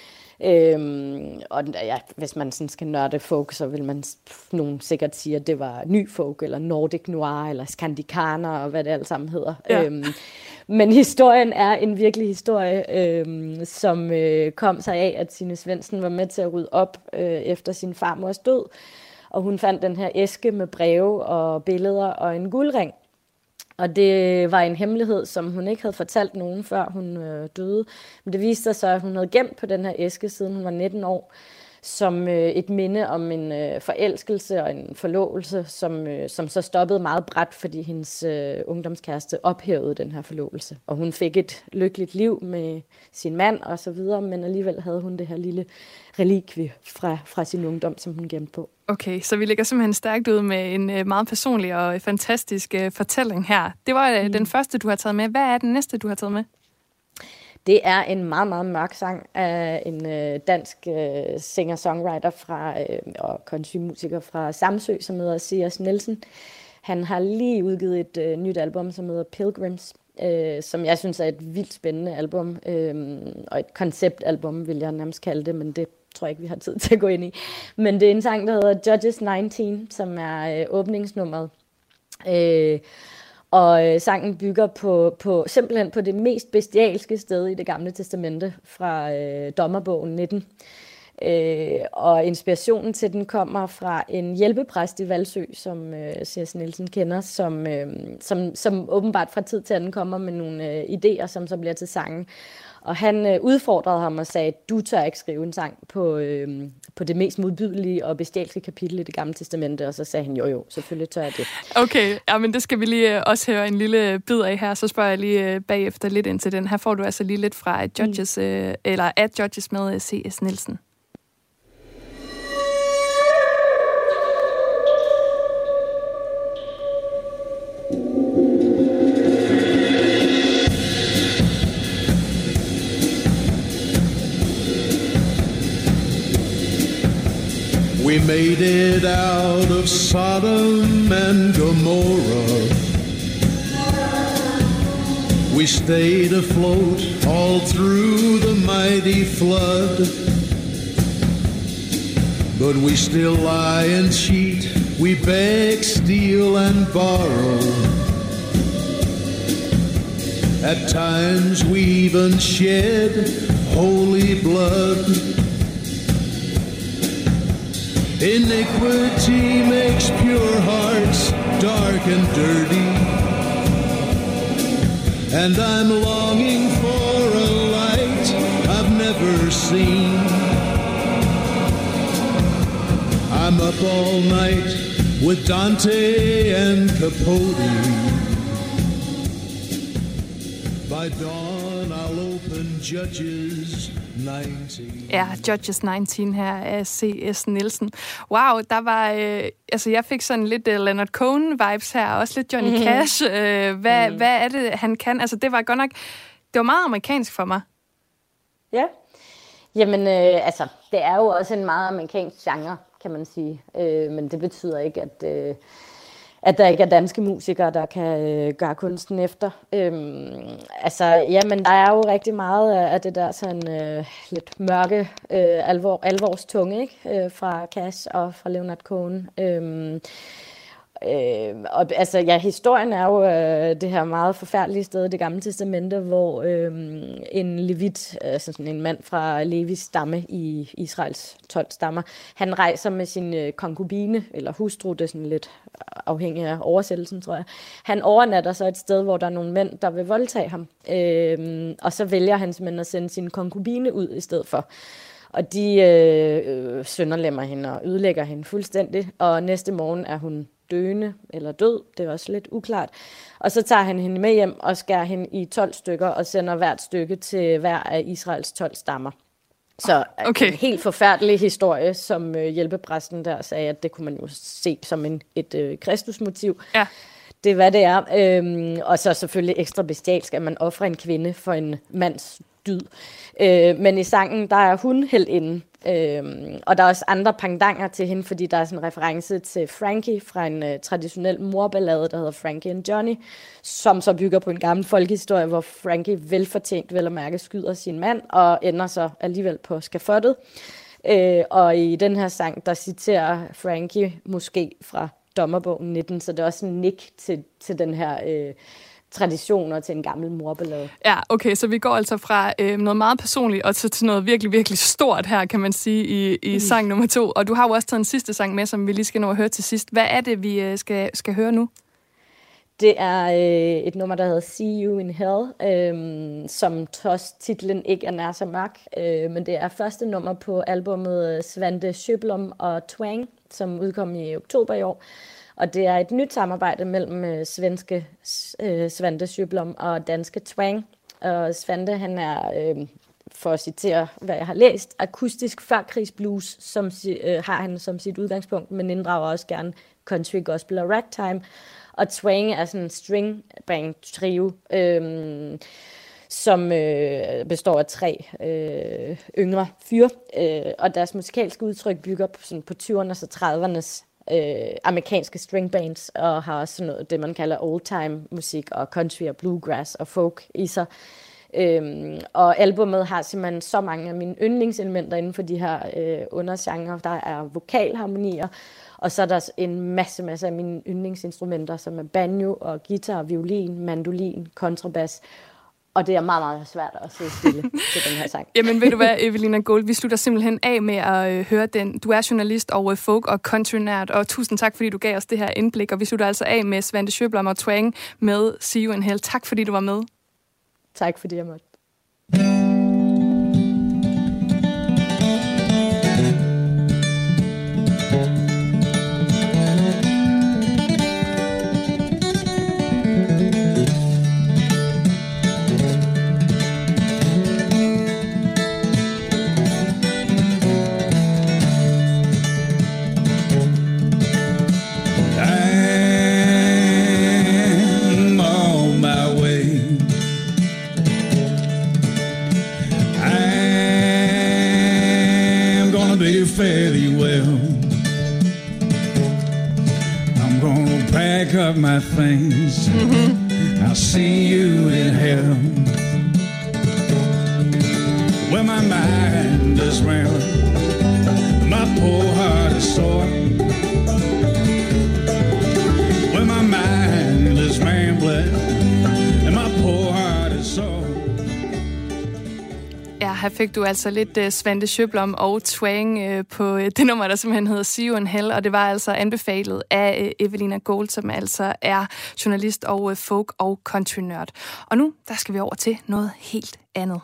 Og ja, hvis man sådan skal nørde folk, så vil man nogen sikkert sige, at det var ny folk, eller Nordic Noir, eller Skandikaner, og hvad det alt sammen hedder. Ja. Men historien er en virkelig historie, som kom sig af, at Signe Svendsen var med til at rydde op efter sin farmors død. Og hun fandt den her æske med breve og billeder og en guldring. Og det var en hemmelighed, som hun ikke havde fortalt nogen, før hun døde. Men det viste sig så, at hun havde gemt på den her æske, siden hun var 19 år, som et minde om en forelskelse og en forlovelse, som så stoppede meget brat, fordi hendes ungdomskæreste ophævede den her forlovelse. Og hun fik et lykkeligt liv med sin mand og så videre, men alligevel havde hun det her lille relikvie fra sin ungdom, som hun gemte på. Okay, så vi ligger simpelthen stærkt ud med en meget personlig og fantastisk fortælling her. Det var den første, du har taget med. Hvad er den næste, du har taget med? Det er en meget, meget mørk sang af en dansk singer-songwriter og countrymusiker fra Samsø, som hedder C.S. Nielsen. Han har lige udgivet et nyt album, som hedder Pilgrims, som jeg synes er et vildt spændende album, og et konceptalbum, vil jeg nærmest kalde det, men det tror jeg ikke, vi har tid til at gå ind i. Men det er en sang, der hedder Judges 19, som er åbningsnummeret. Og sangen bygger simpelthen på det mest bestialske sted i Det Gamle Testamente fra Dommerbogen 19. Og inspirationen til den kommer fra en hjælpepræst i Valsø, som C.S. Nielsen kender, som åbenbart fra tid til anden kommer med nogle idéer, som så bliver til sangen. Og han udfordrede ham og sagde, du tør ikke skrive en sang på det mest modbydelige og bestialske kapitel i Det Gamle Testamente. Og så sagde han, jo, selvfølgelig tør jeg det. Okay, ja, men det skal vi lige også høre en lille bid af her. Så spørger jeg lige bagefter lidt ind til den. Her får du altså lige lidt fra Judges, eller at Judges med C.S. Nielsen. We made it out of Sodom and Gomorrah. We stayed afloat all through the mighty flood. But we still lie and cheat, we beg, steal and borrow. At times we even shed holy blood. Iniquity makes pure hearts dark and dirty, and I'm longing for a light I've never seen. I'm up all night with Dante and Capote. By dawn I'll open Judges 19. Ja, Judges 19 her af C.S. Nielsen. Wow, der var... jeg fik sådan lidt Leonard Cohen-vibes her, også lidt Johnny Cash. Hvad er det, han kan? Altså, det var godt nok... Det var meget amerikansk for mig. Ja. Jamen, det er jo også en meget amerikansk genre, kan man sige. Men det betyder ikke, at der ikke er danske musikere, der kan gøre kunsten efter. Men der er jo rigtig meget af det der sådan lidt mørke alvorstunge, ikke? Fra Cash og fra Leonard Cohen. Historien er jo det her meget forfærdelige sted i Det Gamle Testamente, hvor en levit, altså sådan en mand fra Levis stamme i Israels 12 stammer, han rejser med sin konkubine, eller hustru, det er sådan lidt afhængig af oversættelsen, tror jeg. Han overnatter så et sted, hvor der er nogle mænd, der vil voldtage ham, og så vælger han simpelthen at sende sin konkubine ud i stedet for. Og de sønderlemmer hende og ødelægger hende fuldstændig, og næste morgen er hun døende eller død, det er også lidt uklart. Og så tager han hende med hjem og skærer hende i 12 stykker og sender hvert stykke til hver af Israels 12 stammer. Så en helt forfærdelig historie, som hjælpepræsten der sagde, at det kunne man jo se som et kristusmotiv. Ja. Det er, hvad det er. Og så selvfølgelig ekstra bestialsk, at man offrer en kvinde for en mands dyd. Men i sangen, der er hun heltinde. Og der er også andre pendanter til hende, fordi der er sådan en reference til Frankie fra en traditionel morballade, der hedder Frankie and Johnny, som så bygger på en gammel folkehistorie, hvor Frankie velfortjent vel at mærke skyder sin mand, og ender så alligevel på skafottet. Og i den her sang, der citerer Frankie måske fra Dommerbogen 19, så det er også en nik til den her traditioner til en gammel morballade. Ja, okay, så vi går altså fra noget meget personligt og til noget virkelig, virkelig stort her, kan man sige, i sang nummer 2. Og du har jo også taget en sidste sang med, som vi lige skal nå at høre til sidst. Hvad er det, vi skal høre nu? Det er et nummer, der hedder See You in Hell, som trods titlen ikke er nær så mørk, men det er første nummer på albumet Svante Sjöblom og Twang, som udkom i oktober i år. Og det er et nyt samarbejde mellem svenske Svante Sjöblom og danske Twang. Og Svante, han er, for at citere, hvad jeg har læst, akustisk førkrigsblues, som har han som sit udgangspunkt, men inddrager også gerne country, gospel og ragtime. Og Twang er sådan en string band trio, som består af 3 yngre fyre, og deres musikalske udtryk bygger på 20'ernes og 30'ernes amerikanske stringbands, og har også sådan noget, det man kalder old-time musik, og country og bluegrass og folk i sig. Og albumet har simpelthen så mange af mine yndlingselementer inden for de her undergenre. Der er vokalharmonier, og så er der en masse af mine yndlingsinstrumenter, som er banjo og guitar, violin, mandolin, kontrabas. Og det er meget, meget svært at sidde stille til den her sang. Jamen ved du hvad, Evelina Gold, vi slutter simpelthen af med at høre den. Du er journalist og folk- og country-nørd, og tusind tak, fordi du gav os det her indblik. Og vi slutter altså af med Svante Sjöblom og Twang med See You in Hell. Tak, fordi du var med. Tak, fordi jeg måtte. Fairly well. I'm gonna pack up my things. I'll see you in hell. Where my mind is round, my poor heart is sore. Where my mind is rambling, and my poor heart is sore. Ja, her fik du altså lidt Svante Sjöblom og Twang på det nummer, der simpelthen hedder See You in Hell, og det var altså anbefalet af Evelina Gold, som altså er journalist og folk- og country-nørd. Og nu, der skal vi over til noget helt andet.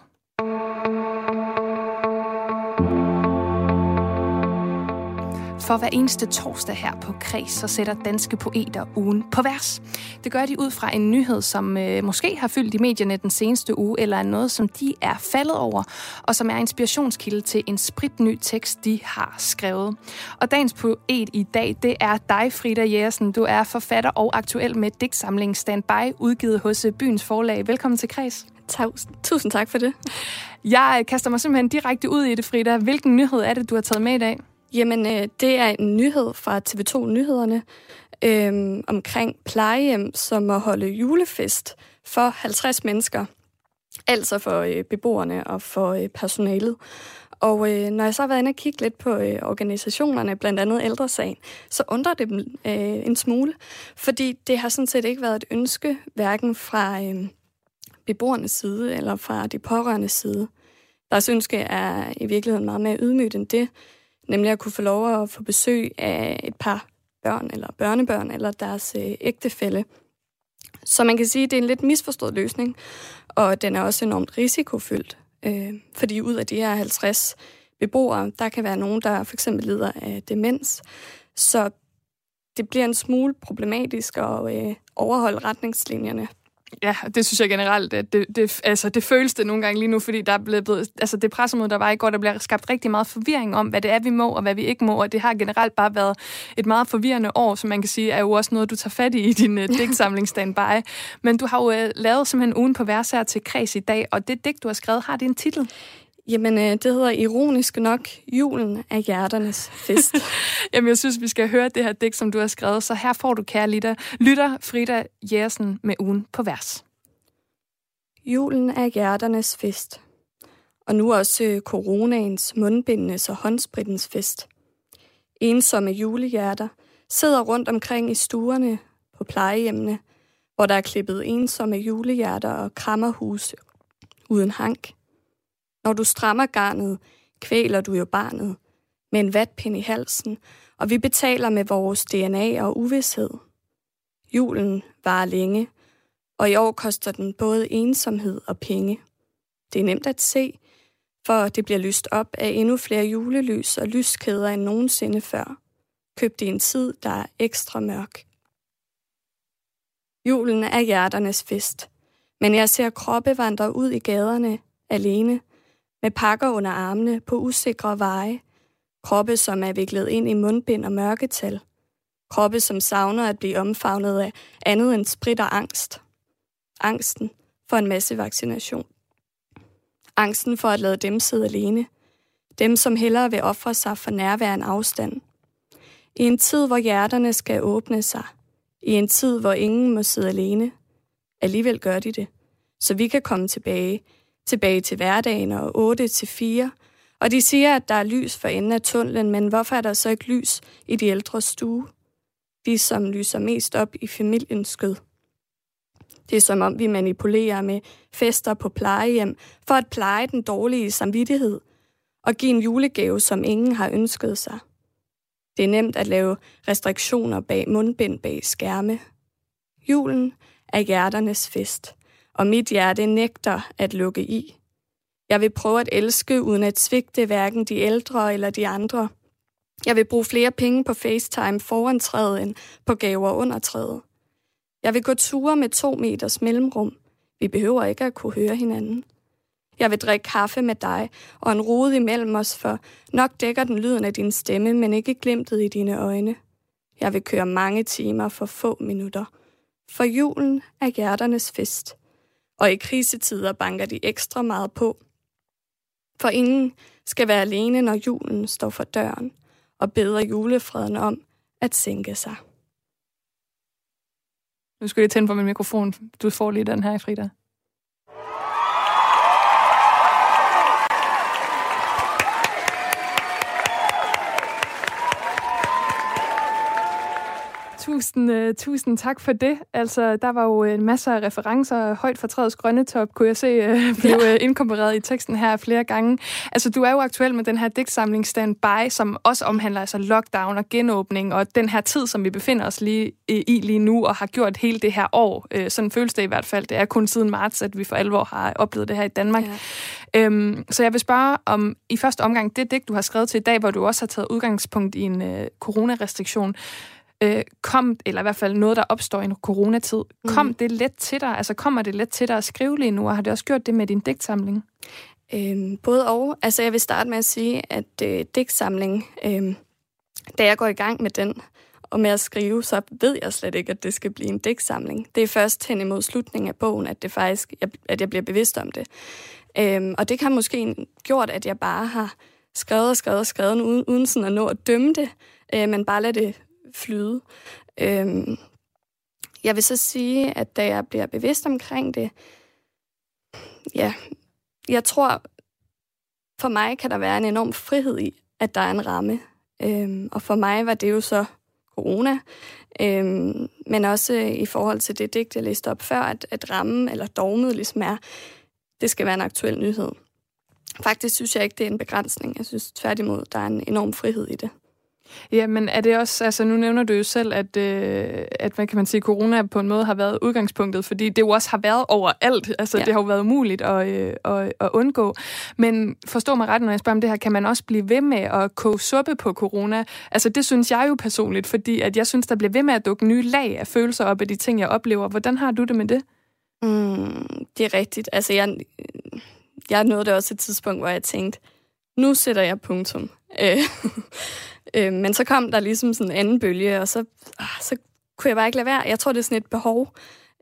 For hver eneste torsdag her på Kreds, så sætter danske poeter ugen på vers. Det gør de ud fra en nyhed, som måske har fyldt i medierne den seneste uge, eller er noget, som de er faldet over, og som er inspirationskilde til en spritny tekst, de har skrevet. Og dagens poet i dag, det er dig, Frida Jægersen. Du er forfatter og aktuel med digtsamlingen Standby, udgivet hos Byens Forlag. Velkommen til Kreds. Tusind tak for det. Jeg kaster mig simpelthen direkte ud i det, Frida. Hvilken nyhed er det, du har taget med i dag? Jamen, det er en nyhed fra TV2 Nyhederne omkring plejehjem, som må holde julefest for 50 mennesker. Altså for beboerne og for personalet. Og når jeg så har været inde og kigge lidt på organisationerne, blandt andet Ældre Sagen, så undrer det dem en smule. Fordi det har sådan set ikke været et ønske, hverken fra beboernes side eller fra de pårørendes side. Deres ønske er i virkeligheden meget mere ydmygt end det. Nemlig at kunne få lov at få besøg af et par børn eller børnebørn eller deres ægtefælle. Så man kan sige, at det er en lidt misforstået løsning, og den er også enormt risikofyldt. Fordi ud af de her 50 beboere, der kan være nogen, der for eksempel lider af demens. Så det bliver en smule problematisk at overholde retningslinjerne. Ja, det synes jeg generelt, at det føles det nogle gange lige nu, fordi der er blevet, altså det pressemøde, der var i går, der bliver skabt rigtig meget forvirring om, hvad det er, vi må, og hvad vi ikke må, og det har generelt bare været et meget forvirrende år, som man kan sige, er jo også noget, du tager fat i din digtsamling Standby. Men du har jo lavet simpelthen ugen på vers her til Kreds i dag, og det digt, du har skrevet, har det en titel? Jamen, det hedder ironisk nok Julen er hjerternes fest. Jamen, jeg synes, vi skal høre det her digt, som du har skrevet. Så her får du, kære lytter, Frida Jægersen med ugen på vers. Julen er hjerternes fest. Og nu også coronaens, mundbindenes og håndspritens fest. Ensomme julehjerter sidder rundt omkring i stuerne på plejehjemmene, hvor der er klippet ensomme julehjerter og krammerhuse uden hank. Når du strammer garnet, kvæler du jo barnet med en vatpind i halsen, og vi betaler med vores DNA og uvished. Julen varer længe, og i år koster den både ensomhed og penge. Det er nemt at se, for det bliver lyst op af endnu flere julelys og lyskæder end nogensinde før. Købt i en tid, der er ekstra mørk. Julen er hjerternes fest, men jeg ser kroppe vandre ud i gaderne alene, med pakker under armene på usikre veje. Kroppe, som er viklet ind i mundbind og mørketal. Kroppe, som savner at blive omfavnet af andet end sprit og angst. Angsten for en masse vaccination. Angsten for at lade dem sidde alene. Dem, som hellere vil ofre sig for nærvær end afstand. I en tid, hvor hjerterne skal åbne sig. I en tid, hvor ingen må sidde alene. Alligevel gør de det. Så vi kan komme tilbage. Tilbage til hverdagen og 8-4. Og de siger, at der er lys for enden af tunnelen, men hvorfor er der så ikke lys i de ældres stue? De, som lyser mest op i familiens skød. Det er som om, vi manipulerer med fester på plejehjem for at pleje den dårlige samvittighed og give en julegave, som ingen har ønsket sig. Det er nemt at lave restriktioner bag mundbind bag skærme. Julen er hjerternes fest, og mit hjerte nægter at lukke i. Jeg vil prøve at elske uden at svigte hverken de ældre eller de andre. Jeg vil bruge flere penge på FaceTime foran træet end på gaver under træet. Jeg vil gå ture med 2 meters mellemrum. Vi behøver ikke at kunne høre hinanden. Jeg vil drikke kaffe med dig og en rode imellem os, for nok dækker den lyden af din stemme, men ikke glimtet i dine øjne. Jeg vil køre mange timer for få minutter. For julen er hjerternes fest. Og i krisetider banker de ekstra meget på. For ingen skal være alene, når julen står for døren, og beder julefreden om at sænke sig. Nu skal jeg tænde på min mikrofon. Du får lige den her, Frida. Tusind tak for det. Altså, der var jo en masse af referencer. Højt fra træets grønne top, kunne jeg se, blev inkorporeret i teksten her flere gange. Altså, du er jo aktuel med den her digtsamling Stand By, som også omhandler altså lockdown og genåbning, og den her tid, som vi befinder os lige nu, og har gjort hele det her år. Sådan føles det i hvert fald. Det er kun siden marts, at vi for alvor har oplevet det her i Danmark. Ja. Så jeg vil spørge om, i første omgang, det digt, du har skrevet til i dag, hvor du også har taget udgangspunkt i en coronarestriktion, kom, eller i hvert fald noget, der opstår i en coronatid. Kom det let til dig? Altså, kommer det let til dig at skrive lige nu, og har det også gjort det med din digtsamling? Både og. Altså, jeg vil starte med at sige, at digtsamling, da jeg går i gang med den, og med at skrive, så ved jeg slet ikke, at det skal blive en digtsamling. Det er først hen imod slutningen af bogen, at det faktisk, at jeg bliver bevidst om det. Og det kan måske gjort, at jeg bare har skrevet uden sådan at nå at dømme det, men bare lade det flyde. Jeg vil så sige, at da jeg bliver bevidst omkring det, ja, jeg tror, for mig kan der være en enorm frihed i, at der er en ramme. Og for mig var det jo så corona, men også i forhold til det digt, jeg læste op før, at rammen eller dogmet ligesom det skal være en aktuel nyhed. Faktisk synes jeg ikke, det er en begrænsning. Jeg synes tværtimod, der er en enorm frihed i det. Ja, men er det også, altså nu nævner du jo selv, at hvad kan man sige, corona på en måde har været udgangspunktet, fordi det jo også har været overalt, altså det har jo været umuligt at undgå. Men forstå mig ret, når jeg spørger om det her, kan man også blive ved med at koge suppe på corona? Altså det synes jeg jo personligt, fordi at jeg synes, der bliver ved med at dukke nye lag af følelser op af de ting, jeg oplever. Hvordan har du det med det? Det er rigtigt. Altså jeg nåede det også et tidspunkt, hvor jeg tænkte, nu sætter jeg punktum. Men så kom der ligesom sådan en anden bølge, og så kunne jeg bare ikke lade være. Jeg tror, det er sådan et behov.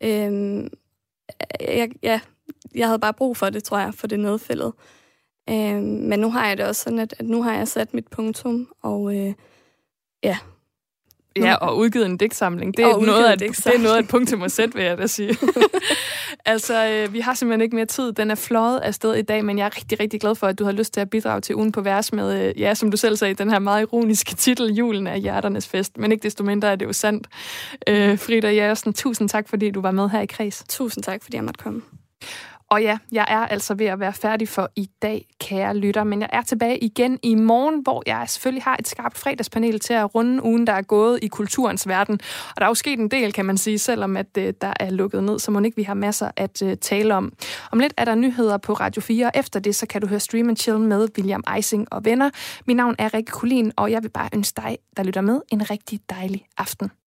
Jeg havde bare brug for det, tror jeg, for det nedfældet. Men nu har jeg det også sådan, at nu har jeg sat mit punktum, og ja. Ja, og udgivet en digtsamling. Det er noget af et punktum at sætte, vil jeg da sige. Altså, vi har simpelthen ikke mere tid. Den er fløjet afsted i dag, men jeg er rigtig, rigtig glad for, at du har lyst til at bidrage til Ugen på Vers med, ja, som du selv sagde, den her meget ironiske titel, Julen er hjerternes fest. Men ikke desto mindre er det jo sandt. Frida Jærsen, tusind tak, fordi du var med her i Kreds. Tusind tak, fordi jeg måtte komme. Og ja, jeg er altså ved at være færdig for i dag, kære lytter, men jeg er tilbage igen i morgen, hvor jeg selvfølgelig har et skarpt fredagspanel til at runde ugen, der er gået i kulturens verden. Og der er jo sket en del, kan man sige, selvom at der er lukket ned, så må ikke vi har masser at tale om. Om lidt er der nyheder på Radio 4, og efter det, så kan du høre Stream & Chill med William Eising og venner. Mit navn er Rikke Kulin, og jeg vil bare ønske dig, der lytter med, en rigtig dejlig aften.